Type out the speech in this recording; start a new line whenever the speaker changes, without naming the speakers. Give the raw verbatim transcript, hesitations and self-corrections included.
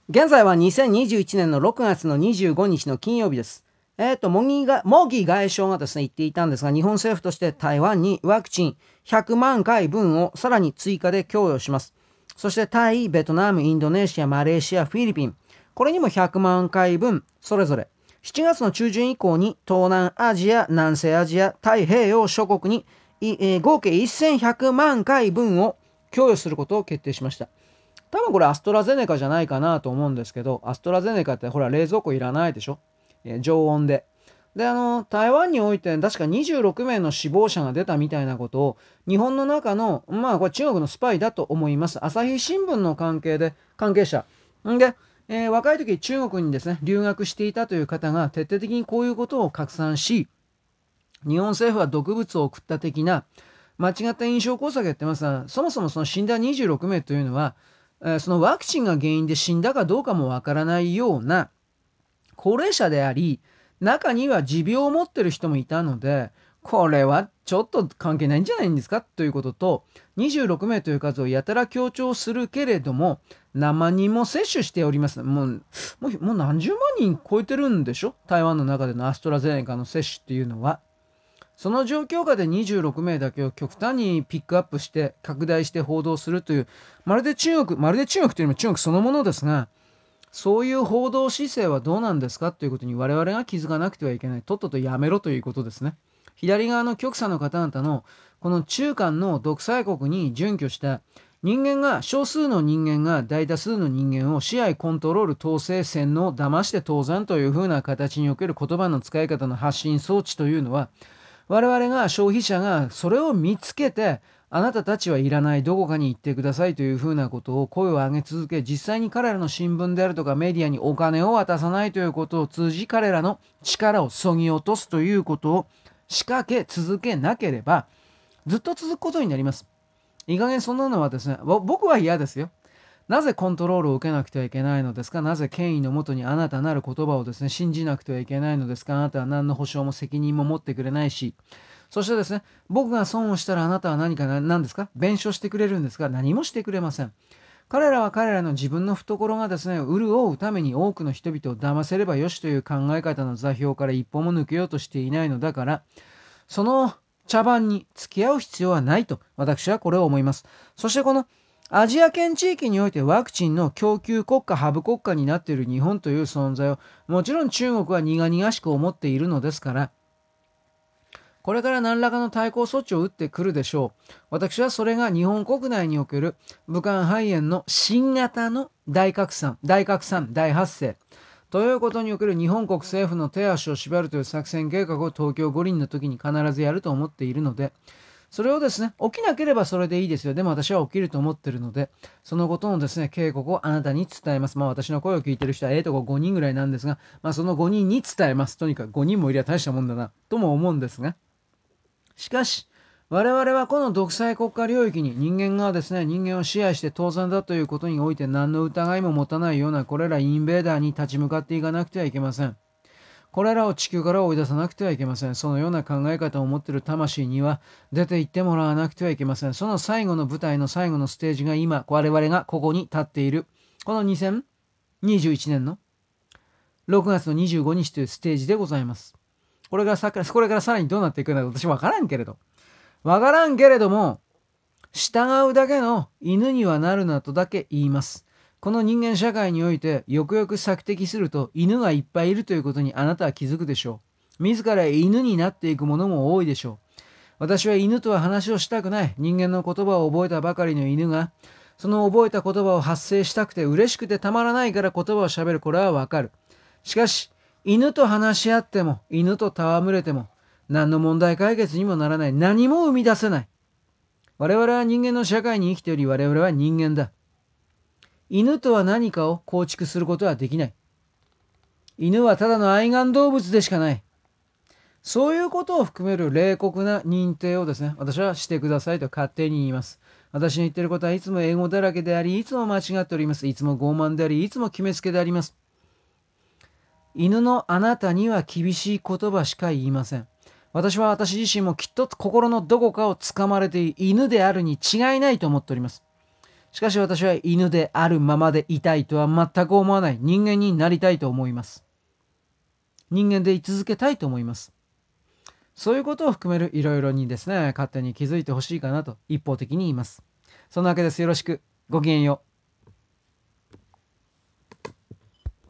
現在はにせんにじゅういちねんのろくがつのにじゅうごにちの金曜日です。えっ、と、モギが、モギ外相がですね、言っていたんですが、日本政府として台湾にワクチンひゃくまんかいぶんをさらに追加で供与します。そしてタイ、ベトナム、インドネシア、マレーシア、フィリピン、これにもひゃくまんかいぶん、それぞれ。しちがつの中旬以降に東南アジア、南西アジア、太平洋諸国に、えー合計せんひゃくまんかいぶんを供与することを決定しました。多分これアストラゼネカじゃないかなと思うんですけど、アストラゼネカってほら冷蔵庫いらないでしょ、えー常温で。で、あの、台湾において確かにじゅうろくめいの死亡者が出たみたいなことを、日本の中の、まあこれ中国のスパイだと思います。朝日新聞の関係で、関係者。んで、えー若い時中国にですね、留学していたという方が徹底的にこういうことを拡散し、日本政府は毒物を送った的な間違った印象工作をやってますが、そもそもその死んだにじゅうろくめいというのは、えーそのワクチンが原因で死んだかどうかもわからないような高齢者であり、中には持病を持っている人もいたので、これはちょっと関係ないんじゃないんですかということと、にじゅうろくめいという数をやたら強調するけれども、何万人も接種しております。もう、もうもう何十万人超えてるんでしょ、台湾の中でのアストラゼネカの接種っていうのは。その状況下でにじゅうろくめいだけを極端にピックアップして拡大して報道するという、まるで中国、まるで中国というよりも中国そのものですが、そういう報道姿勢はどうなんですかということに我々が気づかなくてはいけない。とっととやめろということですね。左側の極左の方々のこの中間の独裁国に準拠した人間が、少数の人間が大多数の人間を支配、コントロール、統制、洗脳、騙して当然というふうな形における言葉の使い方の発信装置というのは、我々が消費者がそれを見つけて、あなたたちはいらない、どこかに行ってくださいというふうなことを声を上げ続け、実際に彼らの新聞であるとかメディアにお金を渡さないということを通じ、彼らの力をそぎ落とすということを仕掛け続けなければ、ずっと続くことになります。いい加減そんなのはですね、僕は嫌ですよ。なぜコントロールを受けなくてはいけないのですか。なぜ権威のもとにあなたなる言葉をですね、信じなくてはいけないのですか。あなたは何の保証も責任も持ってくれないし。そしてですね、僕が損をしたらあなたは何か何ですか、弁償してくれるんですか。何もしてくれません。彼らは彼らの自分の懐がですね、潤うために多くの人々を騙せればよしという考え方の座標から一歩も抜けようとしていないのだから、その茶番に付き合う必要はないと私はこれを思います。そしてこのアジア圏地域においてワクチンの供給国家、ハブ国家になっている日本という存在を、もちろん中国は苦々しく思っているのですから、これから何らかの対抗措置を打ってくるでしょう。私はそれが日本国内における武漢肺炎の新型の大拡散、大拡散、大発生。ということにおける日本国政府の手足を縛るという作戦計画を東京五輪の時に必ずやると思っているので、それをですね、起きなければそれでいいですよ。でも私は起きると思っているので、そのことのですね、警告をあなたに伝えます。まあ私の声を聞いてる人はええとこごにんぐらいなんですが、まあそのごにんに伝えます。とにかくごにんもいりゃ大したもんだな、とも思うんですが。しかし、我々はこの独裁国家領域に人間がですね、人間を支配して当然だということにおいて何の疑いも持たないようなこれらインベーダーに立ち向かっていかなくてはいけません。これらを地球から追い出さなくてはいけません。そのような考え方を持っている魂には出て行ってもらわなくてはいけません。その最後の舞台の最後のステージが今、我々がここに立っている、このにせんにじゅういちねんのろくがつのにじゅうごにちというステージでございます。これからさ、これからさらにどうなっていくのか私はわからんけれど。わからんけれども、従うだけの犬にはなるなとだけ言います。この人間社会においてよくよく索敵すると犬がいっぱいいるということにあなたは気づくでしょう。自ら犬になっていくものも多いでしょう。私は犬とは話をしたくない。人間の言葉を覚えたばかりの犬が、その覚えた言葉を発声したくて嬉しくてたまらないから言葉を喋る。これはわかる。しかし、犬と話し合っても、犬と戯れても、何の問題解決にもならない。何も生み出せない。我々は人間の社会に生きており、我々は人間だ。犬とは何かを構築することはできない。犬はただの愛玩動物でしかない。そういうことを含める冷酷な認定をですね、私はしてくださいと勝手に言います。私の言っていることはいつも英語だらけであり、いつも間違っております。いつも傲慢であり、いつも決めつけであります。犬のあなたには厳しい言葉しか言いません。私は私自身もきっと心のどこかをつかまれている犬であるに違いないと思っております。 しかし私は犬であるままでいたいとは全く思わない。人間になりたいと思います。人間で居続けたいと思います。そういうことを含めるいろいろにですね、勝手に気づいてほしいかなと一方的に言います。そんなわけです。よろしく。ごきげんよう。